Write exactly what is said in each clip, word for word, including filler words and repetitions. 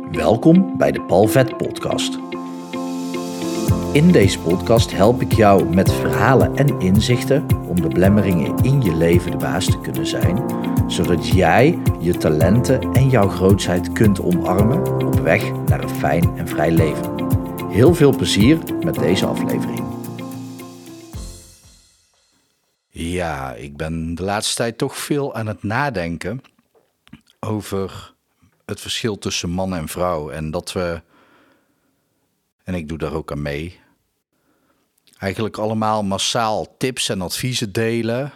Welkom bij de Paul Vet Podcast. In deze podcast help ik jou met verhalen en inzichten om de belemmeringen in je leven de baas te kunnen zijn, zodat jij je talenten en jouw grootheid kunt omarmen op weg naar een fijn en vrij leven. Heel veel plezier met deze aflevering. Ja, ik ben de laatste tijd toch veel aan het nadenken over het verschil tussen man en vrouw. En dat we, en ik doe daar ook aan mee, eigenlijk allemaal massaal tips en adviezen delen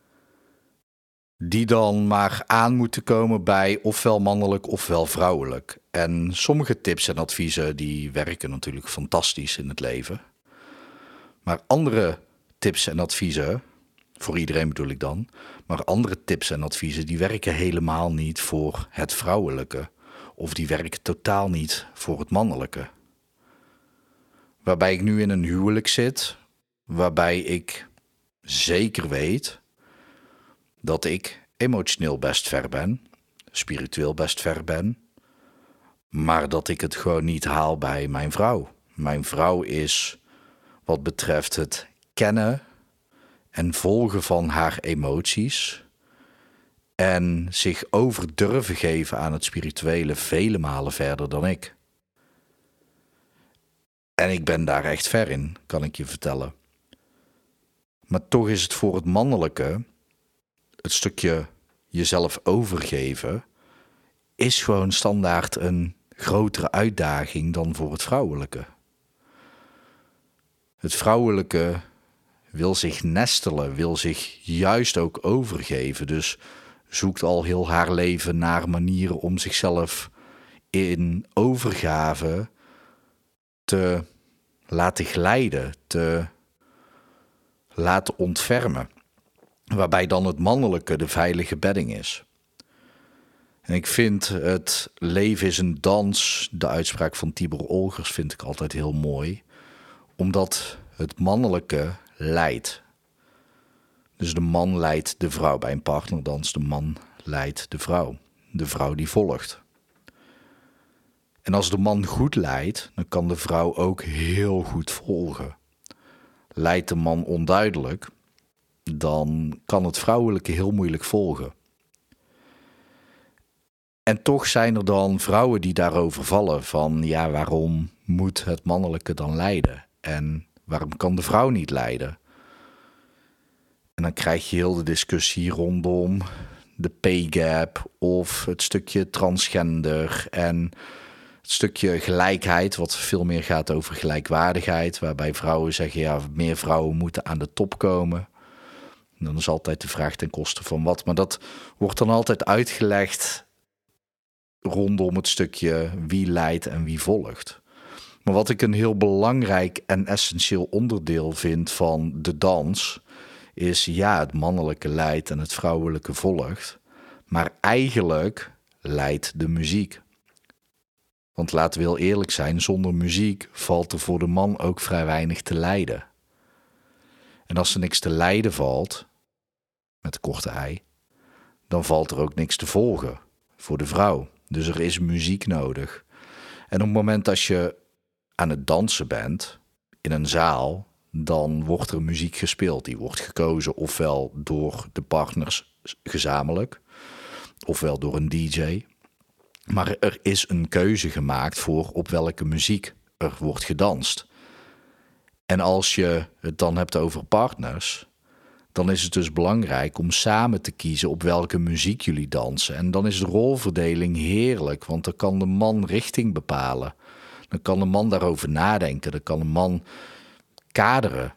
die dan maar aan moeten komen bij ofwel mannelijk ofwel vrouwelijk. En sommige tips en adviezen die werken natuurlijk fantastisch in het leven. Maar andere tips en adviezen, voor iedereen bedoel ik dan, maar andere tips en adviezen die werken helemaal niet voor het vrouwelijke. Of die werken totaal niet voor het mannelijke. Waarbij ik nu in een huwelijk zit, waarbij ik zeker weet dat ik emotioneel best ver ben, spiritueel best ver ben, maar dat ik het gewoon niet haal bij mijn vrouw. Mijn vrouw is, wat betreft het kennen en volgen van haar emoties en zich over durven geven aan het spirituele vele malen verder dan ik. En ik ben daar echt ver in, kan ik je vertellen. Maar toch is het voor het mannelijke, het stukje jezelf overgeven, is gewoon standaard een grotere uitdaging dan voor het vrouwelijke. Het vrouwelijke wil zich nestelen, wil zich juist ook overgeven. Dus zoekt al heel haar leven naar manieren om zichzelf in overgave te laten glijden, te laten ontfermen. Waarbij dan het mannelijke de veilige bedding is. En ik vind het leven is een dans, de uitspraak van Tibor Olgers vind ik altijd heel mooi. Omdat het mannelijke leidt. Dus de man leidt de vrouw. Bij een partnerdans, de man leidt de vrouw. De vrouw die volgt. En als de man goed leidt, dan kan de vrouw ook heel goed volgen. Leidt de man onduidelijk, dan kan het vrouwelijke heel moeilijk volgen. En toch zijn er dan vrouwen die daarover vallen van, ja, waarom moet het mannelijke dan leiden? En waarom kan de vrouw niet leiden? En dan krijg je heel de discussie rondom de pay gap of het stukje transgender en het stukje gelijkheid, wat veel meer gaat over gelijkwaardigheid, waarbij vrouwen zeggen, ja, meer vrouwen moeten aan de top komen. En dan is altijd de vraag ten koste van wat. Maar dat wordt dan altijd uitgelegd rondom het stukje wie leidt en wie volgt. Maar wat ik een heel belangrijk en essentieel onderdeel vind van de dans, is ja, het mannelijke leidt en het vrouwelijke volgt. Maar eigenlijk leidt de muziek. Want laten we heel eerlijk zijn, zonder muziek valt er voor de man ook vrij weinig te lijden. En als er niks te lijden valt, met de korte ei, dan valt er ook niks te volgen voor de vrouw. Dus er is muziek nodig. En op het moment dat je aan het dansen bent in een zaal, dan wordt er muziek gespeeld. Die wordt gekozen ofwel door de partners gezamenlijk, ofwel door een D J. Maar er is een keuze gemaakt voor op welke muziek er wordt gedanst. En als je het dan hebt over partners, dan is het dus belangrijk om samen te kiezen op welke muziek jullie dansen. En dan is de rolverdeling heerlijk, want dan kan de man richting bepalen. Dan kan de man daarover nadenken, dan kan de man kaderen.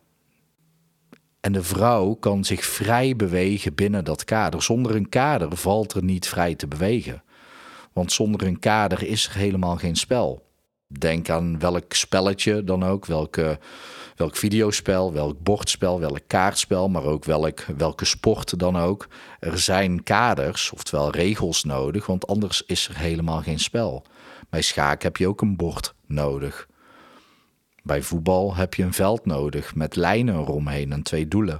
En de vrouw kan zich vrij bewegen binnen dat kader. Zonder een kader valt er niet vrij te bewegen. Want zonder een kader is er helemaal geen spel. Denk aan welk spelletje dan ook, welke, welk videospel, welk bordspel, welk kaartspel, maar ook welk, welke sport dan ook. Er zijn kaders, oftewel regels nodig, want anders is er helemaal geen spel. Bij schaak heb je ook een bord nodig. Bij voetbal heb je een veld nodig met lijnen eromheen en twee doelen.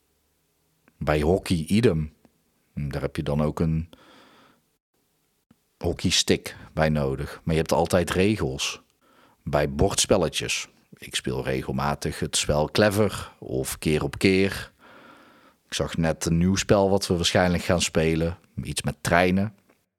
Bij hockey idem. Daar heb je dan ook een hockeystick bij nodig. Maar je hebt altijd regels. Bij bordspelletjes. Ik speel regelmatig het spel Clever of Keer op Keer. Ik zag net een nieuw spel wat we waarschijnlijk gaan spelen. Iets met treinen.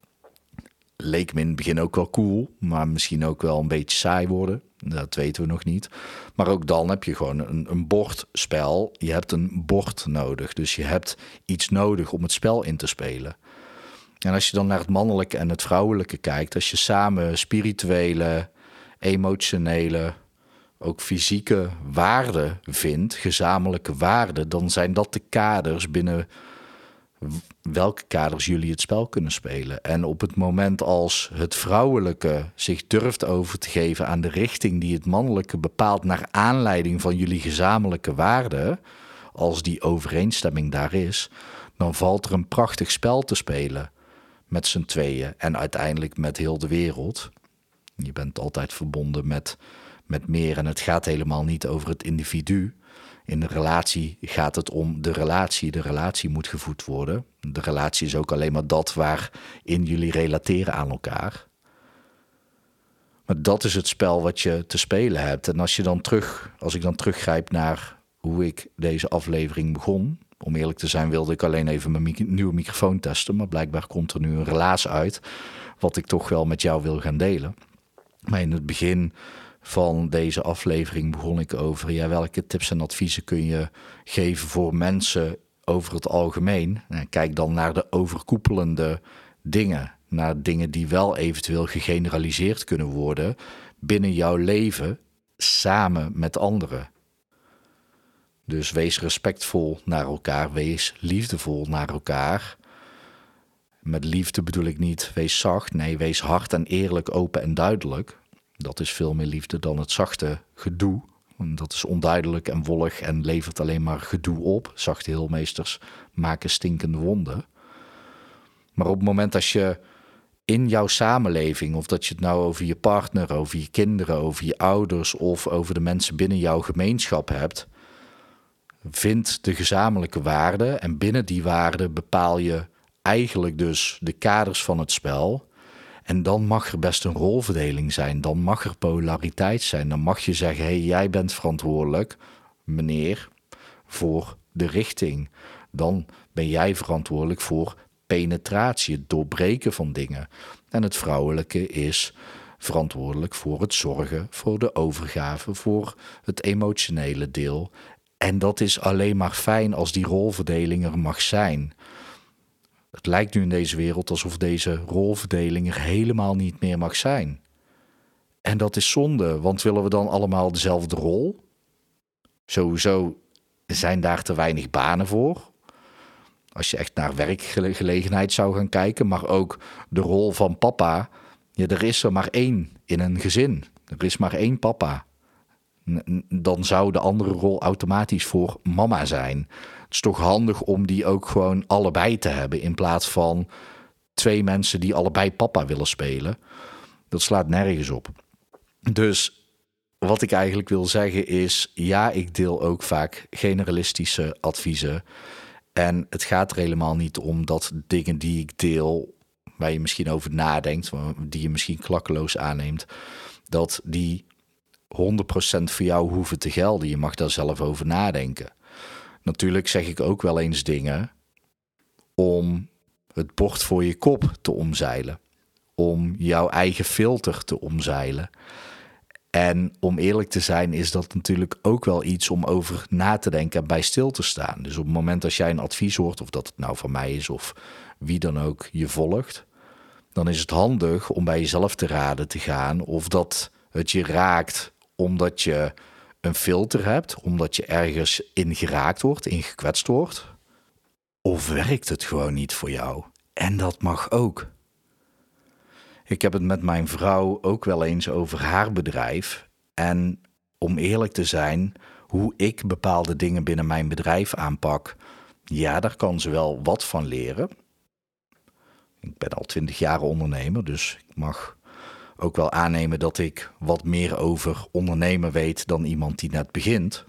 Leek me in het begin ook wel cool, maar misschien ook wel een beetje saai worden. Dat weten we nog niet. Maar ook dan heb je gewoon een, een bordspel. Je hebt een bord nodig. Dus je hebt iets nodig om het spel in te spelen. En als je dan naar het mannelijke en het vrouwelijke kijkt, als je samen spirituele, emotionele, ook fysieke waarden vindt, gezamenlijke waarden, dan zijn dat de kaders binnen welke kaders jullie het spel kunnen spelen. En op het moment als het vrouwelijke zich durft over te geven aan de richting die het mannelijke bepaalt naar aanleiding van jullie gezamenlijke waarden, als die overeenstemming daar is, dan valt er een prachtig spel te spelen met z'n tweeën en uiteindelijk met heel de wereld. Je bent altijd verbonden met, met meer en het gaat helemaal niet over het individu. In de relatie gaat het om de relatie. De relatie moet gevoed worden. De relatie is ook alleen maar dat waarin jullie relateren aan elkaar. Maar dat is het spel wat je te spelen hebt. En als je dan terug, als ik dan teruggrijp naar hoe ik deze aflevering begon, om eerlijk te zijn wilde ik alleen even mijn mic- nieuwe microfoon testen, maar blijkbaar komt er nu een relaas uit, wat ik toch wel met jou wil gaan delen. Maar in het begin van deze aflevering begon ik over, ja, welke tips en adviezen kun je geven voor mensen over het algemeen. En kijk dan naar de overkoepelende dingen, naar dingen die wel eventueel gegeneraliseerd kunnen worden binnen jouw leven samen met anderen. Dus wees respectvol naar elkaar, wees liefdevol naar elkaar. Met liefde bedoel ik niet wees zacht, nee, wees hard en eerlijk, open en duidelijk. Dat is veel meer liefde dan het zachte gedoe. Dat is onduidelijk en wollig en levert alleen maar gedoe op. Zachte heelmeesters maken stinkende wonden. Maar op het moment dat je in jouw samenleving, of dat je het nou over je partner, over je kinderen, over je ouders of over de mensen binnen jouw gemeenschap hebt, vind de gezamenlijke waarden en binnen die waarden bepaal je eigenlijk dus de kaders van het spel. En dan mag er best een rolverdeling zijn, dan mag er polariteit zijn. Dan mag je zeggen, hé, hey, jij bent verantwoordelijk, meneer, voor de richting. Dan ben jij verantwoordelijk voor penetratie, het doorbreken van dingen. En het vrouwelijke is verantwoordelijk voor het zorgen, voor de overgave, voor het emotionele deel. En dat is alleen maar fijn als die rolverdeling er mag zijn. Het lijkt nu in deze wereld alsof deze rolverdeling er helemaal niet meer mag zijn. En dat is zonde, want willen we dan allemaal dezelfde rol? Sowieso zijn daar te weinig banen voor. Als je echt naar werkgelegenheid zou gaan kijken, maar ook de rol van papa. Ja, er is er maar één in een gezin. Er is maar één papa. Dan zou de andere rol automatisch voor mama zijn. Het is toch handig om die ook gewoon allebei te hebben, in plaats van twee mensen die allebei papa willen spelen. Dat slaat nergens op. Dus wat ik eigenlijk wil zeggen is, ja, ik deel ook vaak generalistische adviezen. En het gaat er helemaal niet om dat dingen die ik deel, waar je misschien over nadenkt, die je misschien klakkeloos aanneemt, dat die honderd procent voor jou hoeven te gelden. Je mag daar zelf over nadenken. Natuurlijk zeg ik ook wel eens dingen om het bord voor je kop te omzeilen. Om jouw eigen filter te omzeilen. En om eerlijk te zijn is dat natuurlijk ook wel iets om over na te denken en bij stil te staan. Dus op het moment dat jij een advies hoort, of dat het nou van mij is of wie dan ook je volgt, dan is het handig om bij jezelf te raden te gaan of dat het je raakt omdat je een filter hebt, omdat je ergens in geraakt wordt, in gekwetst wordt. Of werkt het gewoon niet voor jou? En dat mag ook. Ik heb het met mijn vrouw ook wel eens over haar bedrijf. En om eerlijk te zijn, hoe ik bepaalde dingen binnen mijn bedrijf aanpak, ja, daar kan ze wel wat van leren. Ik ben al twintig jaar ondernemer, dus ik mag ook wel aannemen dat ik wat meer over ondernemen weet dan iemand die net begint.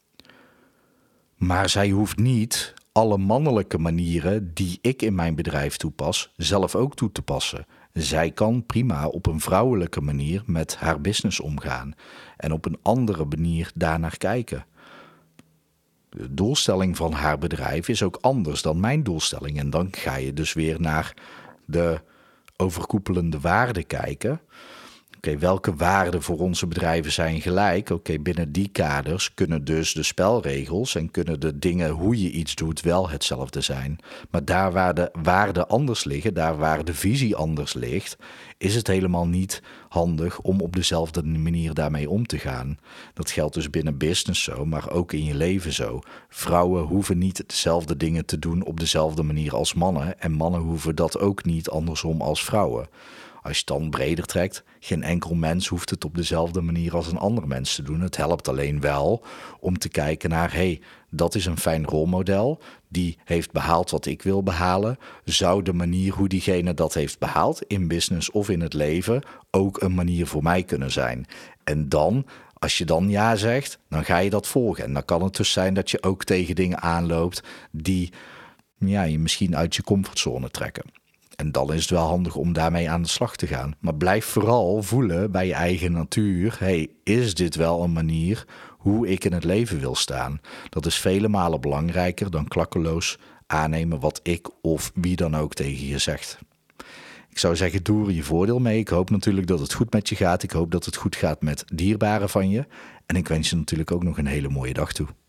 Maar zij hoeft niet alle mannelijke manieren die ik in mijn bedrijf toepas, zelf ook toe te passen. Zij kan prima op een vrouwelijke manier met haar business omgaan en op een andere manier daarnaar kijken. De doelstelling van haar bedrijf is ook anders dan mijn doelstelling. En dan ga je dus weer naar de overkoepelende waarden kijken. Oké, okay, welke waarden voor onze bedrijven zijn gelijk? Oké, okay, binnen die kaders kunnen dus de spelregels en kunnen de dingen hoe je iets doet wel hetzelfde zijn. Maar daar waar de waarden anders liggen, daar waar de visie anders ligt, is het helemaal niet handig om op dezelfde manier daarmee om te gaan. Dat geldt dus binnen business zo, maar ook in je leven zo. Vrouwen hoeven niet dezelfde dingen te doen op dezelfde manier als mannen en mannen hoeven dat ook niet andersom als vrouwen. Als je het dan breder trekt, geen enkel mens hoeft het op dezelfde manier als een ander mens te doen. Het helpt alleen wel om te kijken naar, hé, hey, dat is een fijn rolmodel. Die heeft behaald wat ik wil behalen. Zou de manier hoe diegene dat heeft behaald, in business of in het leven, ook een manier voor mij kunnen zijn? En dan, als je dan ja zegt, dan ga je dat volgen. En dan kan het dus zijn dat je ook tegen dingen aanloopt die ja, je misschien uit je comfortzone trekken. En dan is het wel handig om daarmee aan de slag te gaan. Maar blijf vooral voelen bij je eigen natuur. Hey, is dit wel een manier hoe ik in het leven wil staan? Dat is vele malen belangrijker dan klakkeloos aannemen wat ik of wie dan ook tegen je zegt. Ik zou zeggen, doe er je voordeel mee. Ik hoop natuurlijk dat het goed met je gaat. Ik hoop dat het goed gaat met dierbaren van je. En ik wens je natuurlijk ook nog een hele mooie dag toe.